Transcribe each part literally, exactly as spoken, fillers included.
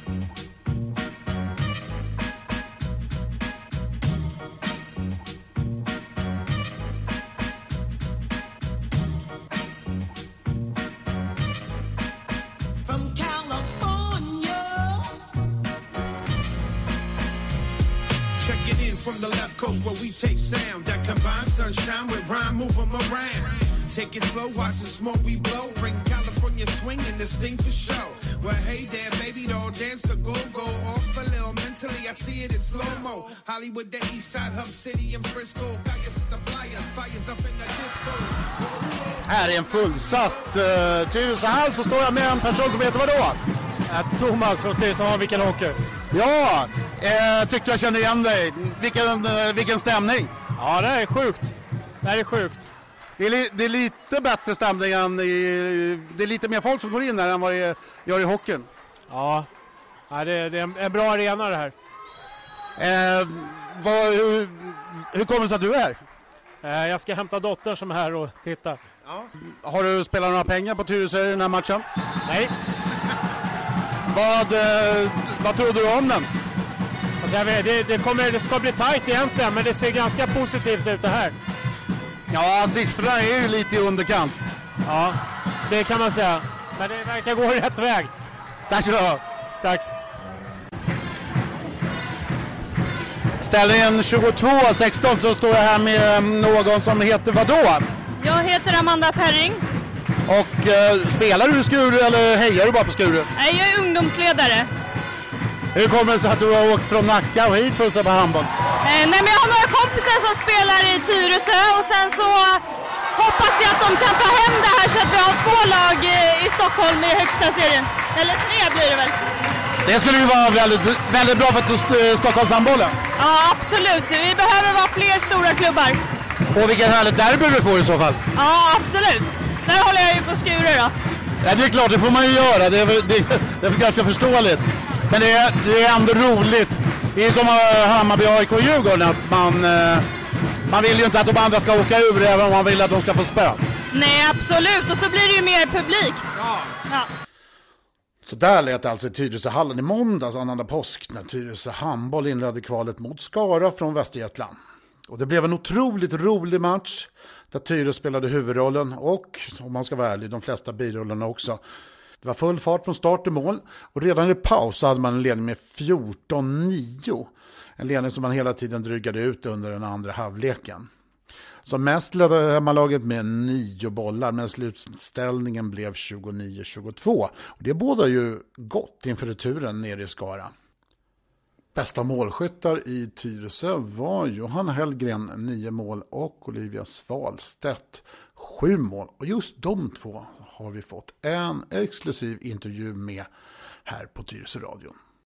From the left coast where we take sound that combines sunshine with rhyme, move them around. Take it slow, watch the smoke we blow. Bring California swinging, this thing for show. Well, hey there, baby, doll, dance the go-go. Off a little mentally, I see it in slow-mo. Hollywood, the east side, Hub City and Frisco. Fires at the flyers, fires up in the disco. Här är en fullsatt uh, Tyresöhall, så står jag med en person som heter vadå? Äh, Thomas från Tyresöhall, vilken åker? Ja, eh, tyckte jag kände igen dig. Vilken, eh, vilken stämning. Ja, det är sjukt. Det är sjukt. Det är, li- det är lite bättre stämning än i, det är lite mer folk som går in här än vad det gör i hockeyn. Ja, ja det, det är en, en bra arena det här. Eh, vad, hur, hur kommer det sig att du är här? Eh, jag ska hämta dottern som är här och titta. Ja. Har du spelat några pengar på Tyresö i den här matchen? Nej. Vad, eh, vad tror du om den? Alltså jag vet, det, det, kommer, det ska bli tajt egentligen, men det ser ganska positivt ut det här. Ja, siffrorna är ju lite i underkant. Ja, det kan man säga. Men det verkar gå rätt väg. Tack så du ha. Tack. Ställningen tjugotvå sexton, så står jag här med någon som heter vadå? Jag heter Amanda Perring. Och eh, spelar du i Skuru eller hejar du bara på Skuru? Nej, jag är ungdomsledare. Hur kommer det sig att du har åkt från Nacka och hit för att se på handboll? Eh, nej, men jag har några kompisar som spelar i Tyresö och sen så hoppas jag att de kan ta hem det här så att vi har två lag i Stockholm i högsta serien. Eller tre blir det väl. Det skulle ju vara väldigt, väldigt bra för st- Stockholms handbollen. Ja, absolut. Vi behöver vara fler stora klubbar. Och vilken härligt derby vi får i så fall. Ja, absolut. Där håller jag ju på Skuru då. Ja, det är klart, det får man ju göra. Det är väl, det, det är väl ganska förståeligt. Men det är, det är ändå roligt. Det är som Hammarby, A I K och Djurgården. Att man, eh, man vill ju inte att de andra ska åka ur även om man vill att de ska få spö. Nej, absolut. Och så blir det ju mer publik. Ja. Ja. Så där lät alltså i Tyresöhallen i måndags, annandag påsk, när Tyresö handboll inledde kvalet mot Skara från Västergötland. Och det blev en otroligt rolig match där Tyresö spelade huvudrollen och, om man ska vara ärlig, de flesta birollerna också. Det var full fart från start till mål och redan i paus hade man en ledning med fjorton nio. En ledning som man hela tiden drygade ut under den andra halvleken. Som mest ledde hemmalaget med nio bollar, men slutställningen blev tjugonio tjugotvå. Och det bådar ju gott inför returen nere i Skara. Bästa målskyttar i Tyresö var Johanna Hellgren, nio mål, och Olivia Svalstedt, sju mål. Och just de två har vi fått en exklusiv intervju med här på Tyresö radion.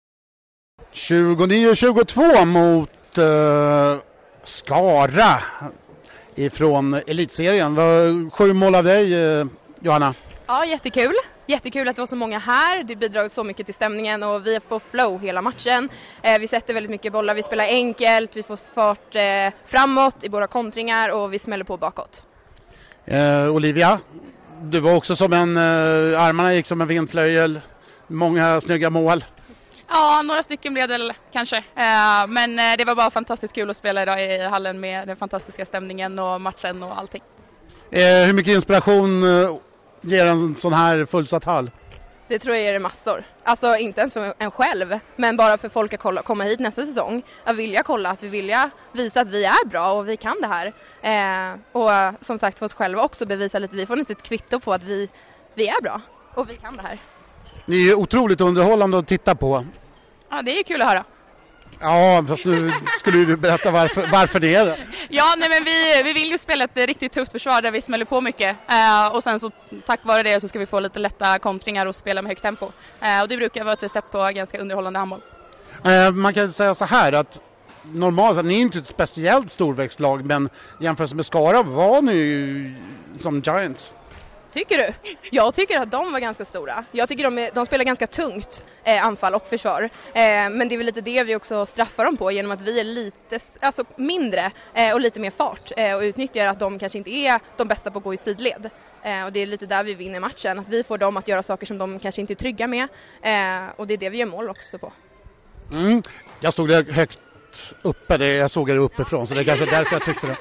tjugonio tjugotvå mot uh, Skara ifrån elitserien. Var sju mål av dig, uh, Johanna? Ja, jättekul. Jättekul att det var så många här. Det bidrar så mycket till stämningen och vi får flow hela matchen. Eh, vi sätter väldigt mycket bollar, vi spelar enkelt, vi får fart eh, framåt i våra kontringar och vi smäller på bakåt. Eh, Olivia, du var också som en, eh, armarna gick som en vindflöjel, många snygga mål. Ja, några stycken blev det väl kanske. Eh, men eh, det var bara fantastiskt kul att spela idag i hallen med den fantastiska stämningen och matchen och allting. Eh, hur mycket inspiration eh, ger en sån här fullsatt hall? Det tror jag är det massor. Alltså inte ens för en själv, men bara för folk att kolla, komma hit nästa säsong. Att vilja kolla, att vi vilja visa att vi är bra och vi kan det här. Eh, och som sagt för oss själva också bevisa lite. Vi får inte ett kvitto på att vi, vi är bra och vi kan det här. Ni är otroligt underhållande att titta på. Ja, det är kul att höra. Ja, fast nu skulle du berätta varför, varför det är det. Ja, nej, men vi, vi vill ju spela ett riktigt tufft försvar där vi smäller på mycket. Eh, och sen så tack vare det så ska vi få lite lätta kontringar och spela med högt tempo. Eh, och det brukar vara ett recept på ganska underhållande handboll. Eh, man kan säga så här att normalt, ni är inte ett speciellt storväxtlag, men jämfört med Skara var ni ju som Giants. Tycker du? Jag tycker att de var ganska stora. Jag tycker de, är, de spelar ganska tungt eh, anfall och försvar. Eh, men det är väl lite det vi också straffar dem på genom att vi är lite alltså mindre eh, och lite mer fart. Eh, och utnyttjar att de kanske inte är de bästa på att gå i sidled. Eh, och det är lite där vi vinner matchen, att vi får dem att göra saker som de kanske inte är trygga med. Eh, och det är det vi gör mål också på. Mm. Jag stod där högt uppe, det, jag såg det uppifrån, så det är kanske därför jag tyckte det.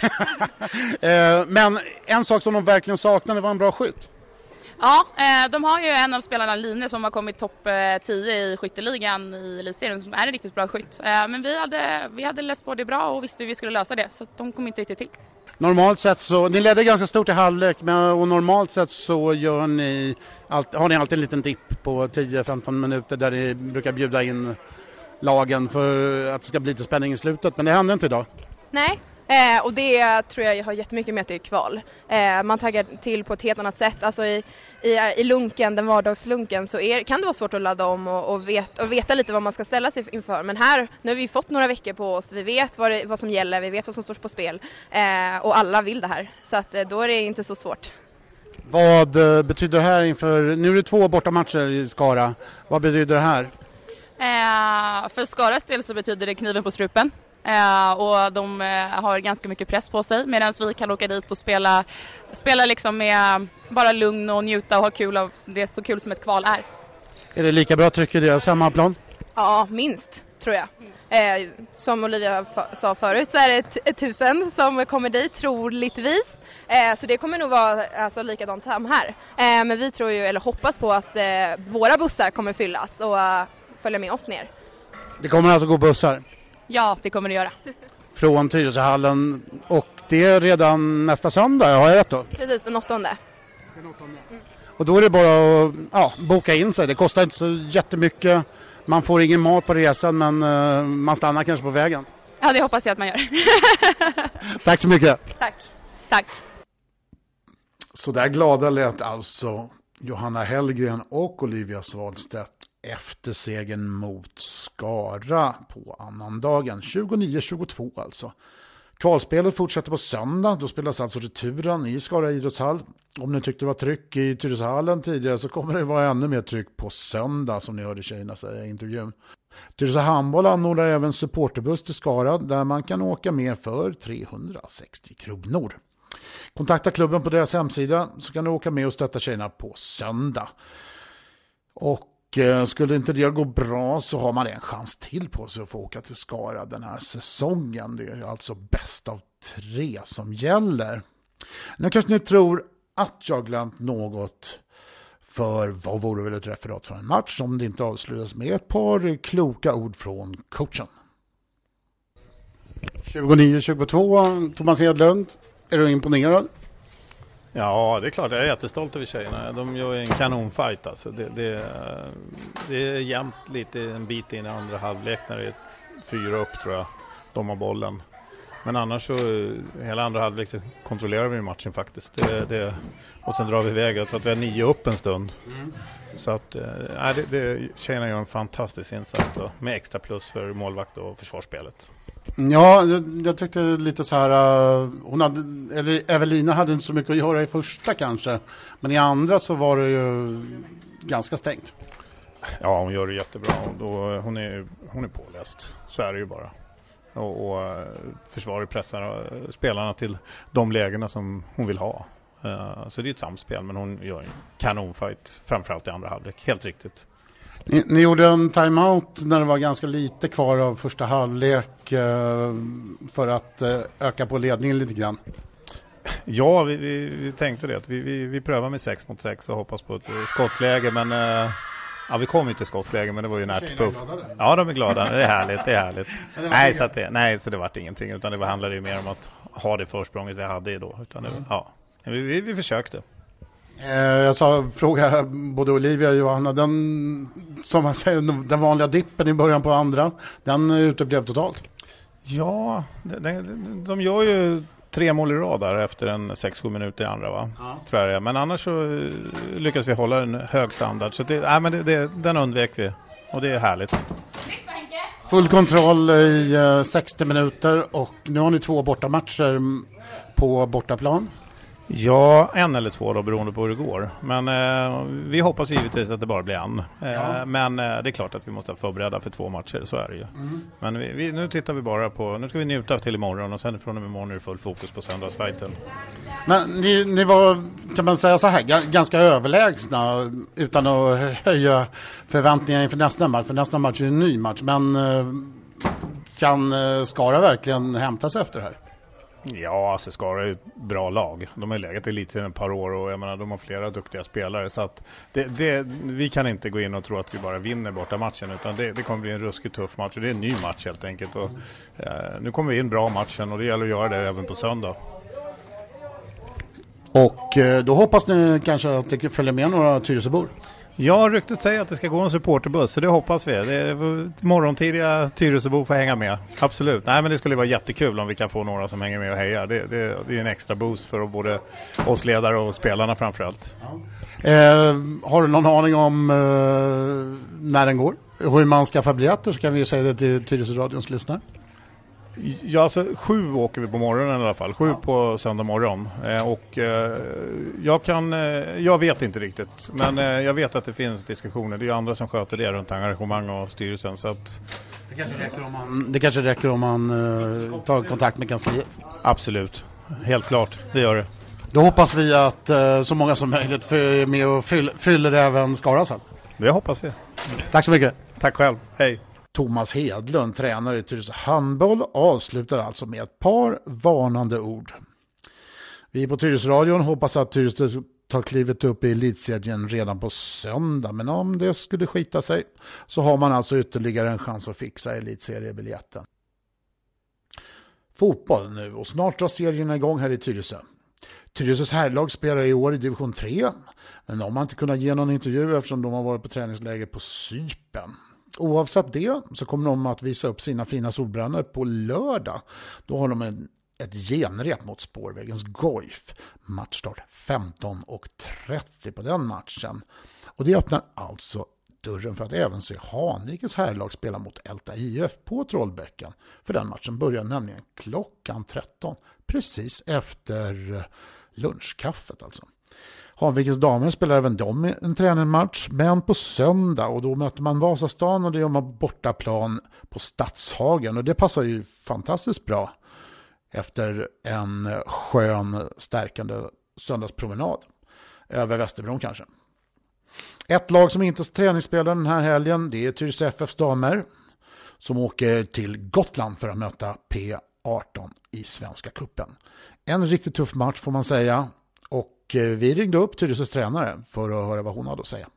eh, men en sak som de verkligen saknade var en bra skytt. Ja, eh, de har ju en av spelarna, Line, som har kommit topp eh, tio i skytteligan i elitserien, som är en riktigt bra skytt. Eh, men vi hade, vi hade läst på det bra och visste hur vi skulle lösa det, så att de kom inte riktigt till. Normalt sett så, ni ledde ganska stort i halvlek, men och normalt sett så gör ni, allt, har ni alltid en liten dipp på tio femton minuter där ni brukar bjuda in lagen för att det ska bli lite spänning i slutet, men det hände inte idag. Nej, eh, och det tror jag har jättemycket med till kval. Eh, man taggar till på ett helt annat sätt. Alltså i, i, i lunken, den vardagslunken, så är, kan det vara svårt att ladda om och, och, vet, och veta lite vad man ska ställa sig inför. Men här, nu har vi fått några veckor på oss. Vi vet vad, det, vad som gäller, vi vet vad som står på spel. Eh, och alla vill det här. Så att, då är det inte så svårt. Vad betyder det här inför, nu är det två bortamatcher i Skara. Vad betyder det här? Eh, för Skaras del så betyder det kniven på strupen. Eh, och de eh, har ganska mycket press på sig, medan vi kan åka dit och spela, spela liksom med bara lugn och njuta och ha kul av det, så kul som ett kval är. Är det lika bra tryck i deras hemmaplan? Ja, minst tror jag. Eh, som Olivia f- sa förut så är det ett, ett tusen som kommer dit troligtvis. Eh, så det kommer nog vara alltså, likadant här. Eh, men vi tror ju, eller hoppas på att eh, våra bussar kommer fyllas och uh, följa med oss ner. Det kommer alltså gå bussar? Ja, det kommer det göra. Från Tyresöhallen, och det är redan nästa söndag, har jag rätt då? Precis, den åttonde. Den åttonde. Mm. Och då är det bara att ja, boka in sig, det kostar inte så jättemycket. Man får ingen mat på resan, men uh, man stannar kanske på vägen. Ja, det hoppas jag att man gör. Tack så mycket. Tack. Tack. Så där glada lät alltså Johanna Hellgren och Olivia Svalstedt efter segern mot Skara på annandagen. tjugonio tjugotvå alltså. Kvalspelet fortsätter på söndag. Då spelas alltså returen i Skara idrottshall. Om ni tyckte det var tryck i Tyresöhallen tidigare så kommer det vara ännu mer tryck på söndag, som ni hörde tjejerna säga i intervjun. Tyresö handboll anordnar även supporterbuss till Skara där man kan åka med för trehundrasextio kronor. Kontakta klubben på deras hemsida så kan du åka med och stötta tjejerna på söndag. Och eh, skulle inte det gå bra så har man en chans till på sig att få åka till Skara den här säsongen. Det är alltså bäst av tre som gäller. Nu kanske ni tror att jag glömt något, för vad vore väl ett referat från en match som det inte avslutas med ett par kloka ord från coachen. tjugonio tjugotvå, Thomas Hedlund, är du imponerad? Ja, det är klart. Jag är jättestolt över tjejerna. De gör en kanonfight. Alltså. Det, det, det är jämnt lite en bit in i andra halvlek när det är fyra upp, tror jag. De har bollen. Men annars så, hela andra halvlek kontrollerar vi matchen faktiskt. Det, det, och sen drar vi iväg. Jag tror att vi har nio upp en stund. Mm. Så att, äh, det, det, tjejerna gör en fantastisk insats då, med extra plus för målvakt och försvarsspelet. Ja, jag, jag tyckte lite så här, uh, hon hade, eller Evelina hade inte så mycket att göra i första kanske, men i andra så var det ju ganska stängt. Ja, hon gör det jättebra. Då, hon, är, hon är påläst, så är det ju bara. Och, och försvarar pressar spelarna till de lägena som hon vill ha. Uh, så det är ett samspel, men hon gör en kanonfight, framförallt i andra halvlek, helt riktigt. Ni, ni gjorde en timeout när det var ganska lite kvar av första halvlek eh, för att eh, öka på ledningen lite grann. Ja, vi, vi, vi tänkte det. Vi, vi, vi prövar med sex mot sex och hoppas på ett skottläge, men eh, ja, vi kom inte till skottläge, men det var ju närt puff. Ja, de är glada. Det är härligt, det är härligt. nej, så att det, nej, så det var ingenting, utan det handlade ju mer om att ha det försprånget vi hade då. Utan det, mm. ja, vi, vi, vi försökte. Jag sa, fråga både Olivia och Johanna, den, som man säger, den vanliga dippen i början på andra, den uteblev totalt. Ja, de, de gör ju tre mål i rad där efter en sex sju minuter i andra, va? Ja. Tror jag. Men annars så lyckas vi hålla en hög standard. Så det, nej, men det, det, den undvek vi, och det är härligt. Full kontroll i sextio minuter, och nu har ni två bortamatcher på bortaplan. Ja, en eller två då beroende på hur det går. Men eh, vi hoppas givetvis att det bara blir en. Eh, ja. Men eh, det är klart att vi måste förbereda för två matcher, så är det ju. Mm. Men vi, vi, nu tittar vi bara på, nu ska vi njuta till imorgon och sen från och med imorgon är det full fokus på söndagsfighten. Men ni, ni var, kan man säga så här, g- ganska överlägsna utan att höja förväntningar inför nästa match. För nästa match är en ny match. Men eh, kan eh, Skara verkligen hämta sig efter det här? Ja, alltså Skara är ett bra lag. De har legat i lite ett par år och jag menar, de har flera duktiga spelare. Så att det, det, vi kan inte gå in och tro att vi bara vinner borta matchen, utan det, det kommer bli en ruskigt tuff match. Och det är en ny match helt enkelt. Och, eh, nu kommer vi in bra matchen och det gäller att göra det även på söndag. Och eh, då hoppas ni kanske att det följer med några Tyresöbor? Ja, ryktet säger att det ska gå en supporterbuss, så det hoppas vi. Det är morgontidiga Tyresöbor får hänga med. Absolut. Nej, men det skulle vara jättekul om vi kan få några som hänger med och hejar. Det, det, det är en extra boost för både oss ledare och spelarna framförallt. Ja. Eh, har du någon aning om eh, när den går? Hur man skaffar biljetter, så kan vi säga det till Tyresö-radions lyssnare. Ja, alltså sju åker vi på morgonen i alla fall. Sju ja. På söndag morgon. Eh, och eh, jag kan, eh, jag vet inte riktigt. Men eh, jag vet att det finns diskussioner. Det är ju andra som sköter det runt engagemang och styrelsen. Så att det kanske räcker om man, det kanske räcker om man eh, tar kontakt med kansliet. Absolut. Helt klart, det gör det. Då hoppas vi att eh, så många som möjligt är med och fyll, fyller även Skaras här. Det hoppas vi. Tack så mycket. Tack själv. Hej. Thomas Hedlund, tränare i Tyresö handboll, avslutar alltså med ett par varnande ord. Vi på Tyresö-radion hoppas att Tyresö tar klivet upp i elitserien redan på söndag. Men om det skulle skita sig så har man alltså ytterligare en chans att fixa elitseriebiljetten. Fotboll nu, och snart drar serierna igång här i Tyresö. Tyresös herrlag spelar i år i division tre, men de har inte kunnat ge någon intervju eftersom de har varit på träningsläger på Cypern. Oavsett det så kommer de att visa upp sina fina solbrännor på lördag. Då har de en, ett genrep mot Spårvägens Goif. Matchstart femton och trettio på den matchen. Och det öppnar alltså dörren för att även se Hanvikens herrlag spela mot Älta I F på Trollbäcken. För den matchen börjar nämligen klockan tretton. Precis efter lunchkaffet alltså. Hanvikens damer spelar även de en träningsmatch, men på söndag, och då möter man Vasastan och det gör man bortaplan på Stadshagen, och det passar ju fantastiskt bra efter en skön stärkande söndagspromenad över Västerbron kanske. Ett lag som inte träningsspelar den här helgen, det är Tyresö F F:s damer som åker till Gotland för att möta P arton i Svenska kuppen. En riktigt tuff match får man säga. Och vi ringde upp Tyresös tränare för att höra vad hon hade att säga.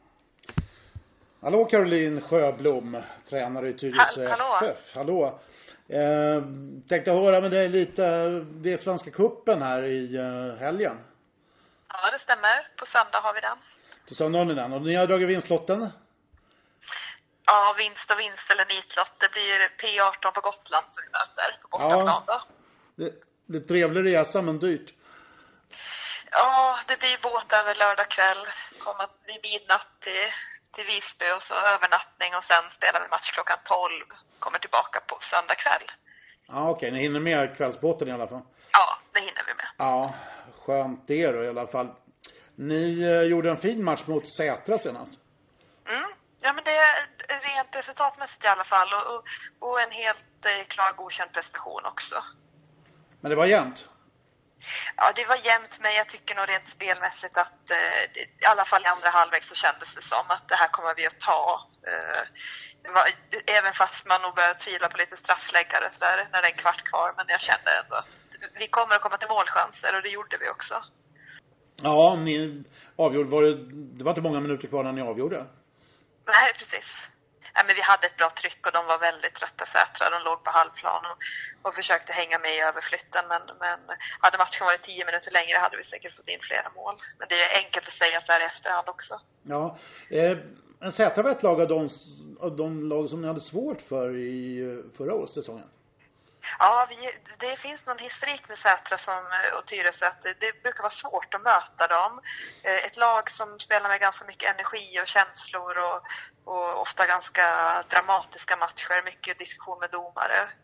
Hallå Caroline Sjöblom, tränare i Tyresö F F. Hallå. Eh, tänkte höra med dig lite, det är Svenska kuppen här i eh, helgen. Ja, det stämmer. På söndag har vi den. På söndag har ni den. Och ni har dragit vinstlotten? Ja, vinst och vinst eller nitlott. Det blir P arton på Gotland som vi möter på bortaplan då. Det, det är trevlig resa men dyrt. Ja, det blir båt över lördag kväll. Komma vid midnatt till, till Visby och så övernattning och sen spelar vi match klockan tolv. Kommer tillbaka på söndag kväll. Ja, okej. Ni hinner med kvällsbåten i alla fall. Ja, det hinner vi med. Ja, skönt det då i alla fall. Ni eh, gjorde en fin match mot Sätra senast. Mm, ja men det är rent resultatmässigt i alla fall. Och, och, och en helt eh, klar godkänd prestation också. Men det var jämnt? Ja, det var jämnt, men jag tycker nog rent spelmässigt att eh, i alla fall i andra halvlek så kändes det som att det här kommer vi att ta. Eh, det var, även fast man nog började tvivla på lite straffläggare så där, när det är en kvart kvar, men jag kände ändå att vi kommer att komma till målchanser och det gjorde vi också. Ja, ni avgjorde, var det, det var inte många minuter kvar när ni avgjorde. Nej, precis. Nej, men vi hade ett bra tryck och de var väldigt trötta Sätra. De låg på halvplan och, och försökte hänga med i överflytten. Men, men hade matchen varit tio minuter längre hade vi säkert fått in flera mål. Men det är enkelt att säga så här i efterhand också. Ja, eh, Sätra var ett lag av de, av de lag som ni hade svårt för i förra årets säsongen. Ja, vi, det finns någon historik med Sätra som, och Tyresö att det, det brukar vara svårt att möta dem. Ett lag som spelar med ganska mycket energi och känslor och, och ofta ganska dramatiska matcher, mycket diskussion med domare.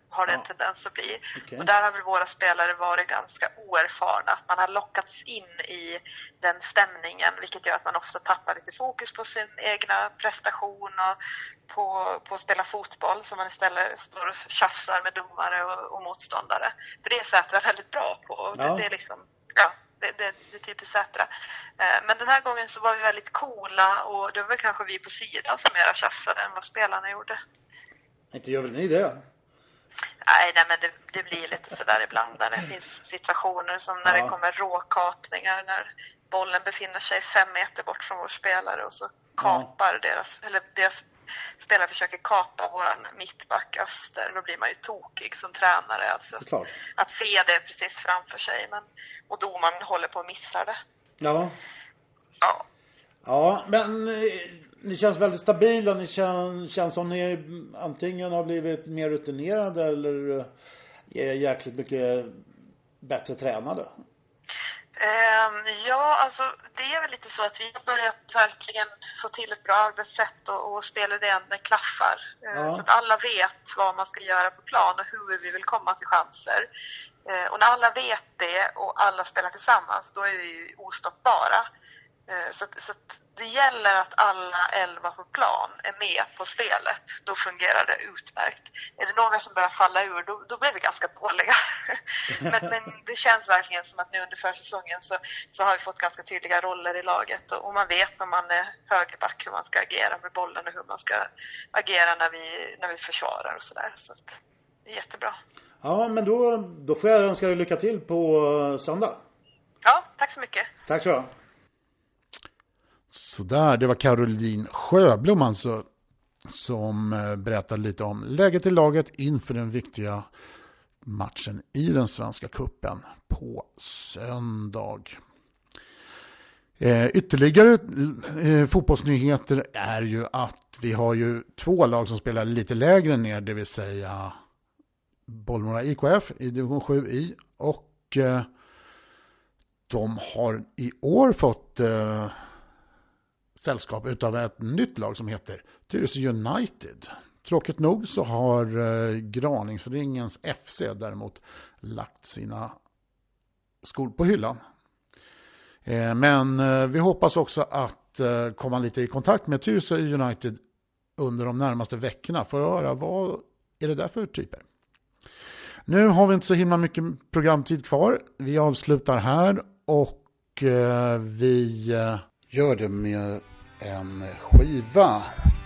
har det Ja. en tendens att bli. Okej. Och där har väl våra spelare varit ganska oerfarna. Att man har lockats in i den stämningen, vilket gör att man ofta tappar lite fokus på sin egna prestation och på, på att spela fotboll, så man istället står och tjafsar med domare och, och motståndare. För det är Sätra väldigt bra på. Och Ja. det, det är liksom, ja, det, det, det är typiskt Sätra. Eh, men den här gången så var vi väldigt coola, och det var väl kanske vi på sidan som mera tjafsade än vad spelarna gjorde. Inte gör väl ni det? Nej, nej men det, det blir lite sådär ibland när det finns situationer som när Ja. det kommer råkapningar, när bollen befinner sig fem meter bort från vår spelare och så kapar deras, eller deras spelare försöker kapa våran mittback Öster. Då blir man ju tokig som tränare. Alltså, Det är klart. att se det precis framför sig, men, och domaren håller på att missa det. Ja. Ja. Ja, men eh, ni känns väldigt stabila. Ni känns, känns som ni antingen har blivit mer rutinerade eller är jäkligt mycket bättre tränade. Um, ja, alltså det är väl lite så att vi har börjat verkligen få till ett bra arbetssätt och, och spelidén den klaffar. Uh, Ja. Så att alla vet vad man ska göra på plan och hur vi vill komma till chanser. Uh, och när alla vet det och alla spelar tillsammans, då är vi ju ostoppbara. Uh, så att, så att det gäller att alla elva på plan är med på spelet. Då fungerar det utmärkt. Är det några som börjar falla ur, då, då blir vi ganska dåliga. men, men det känns verkligen som att nu under försäsongen så, så har vi fått ganska tydliga roller i laget. Och, och man vet om man är högerback hur man ska agera med bollen och hur man ska agera när vi, när vi försvarar och sådär. Så att det är jättebra. Ja, men då, då får jag önska dig lycka till på söndag. Ja, tack så mycket. Tack så. Så där, det var Caroline Sjöblom alltså, som berättade lite om läget i laget inför den viktiga matchen i den svenska kuppen på söndag. Eh, ytterligare eh, fotbollsnyheter är ju att vi har ju två lag som spelar lite lägre ner, det vill säga Bollmora I K F i division sju i, och eh, de har i år fått eh, sällskap utav ett nytt lag som heter Tyresö United. Tråkigt nog så har eh, Graningsringens F C däremot lagt sina skor på hyllan. Eh, men eh, vi hoppas också att eh, komma lite i kontakt med Tyresö United under de närmaste veckorna för att höra vad är det där för typer. Nu har vi inte så himla mycket programtid kvar. Vi avslutar här och eh, vi eh, gör det med en skiva,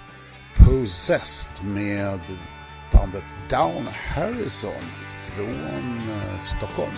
Possessed, med bandet Down Harrison från eh, Stockholm.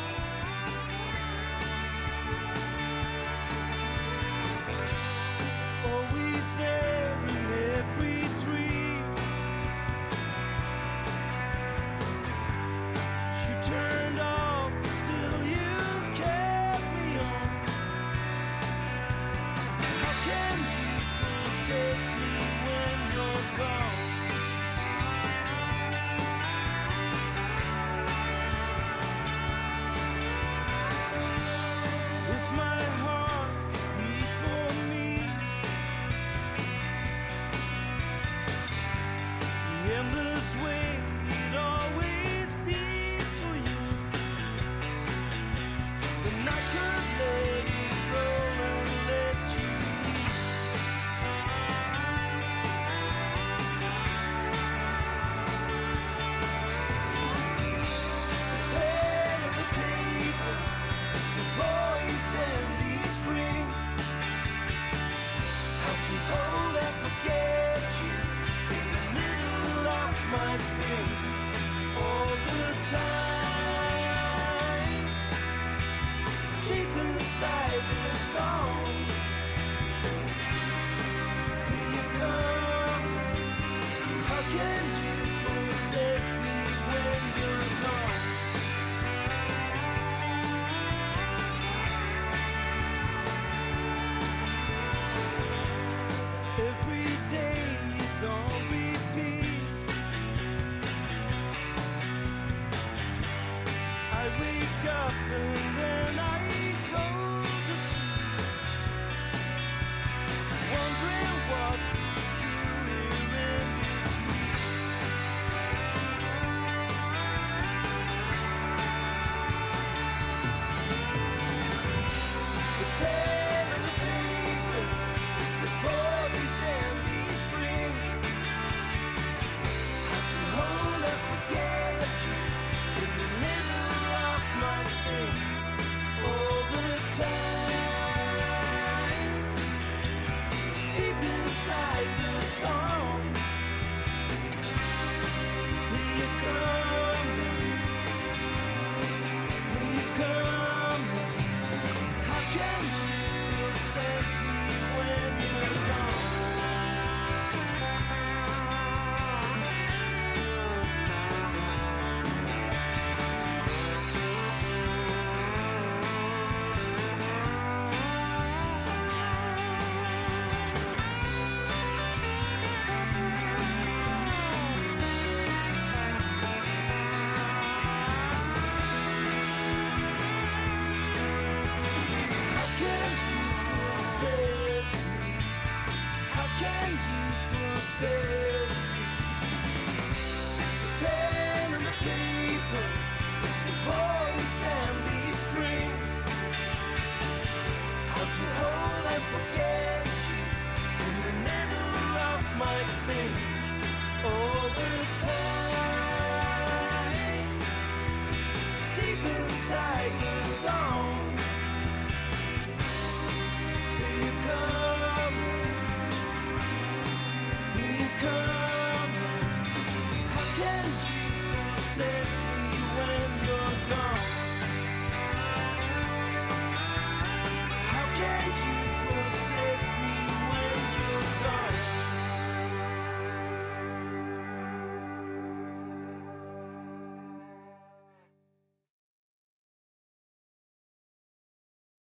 Hold and forget you in the middle of my feelings. things over time. Deep inside the song.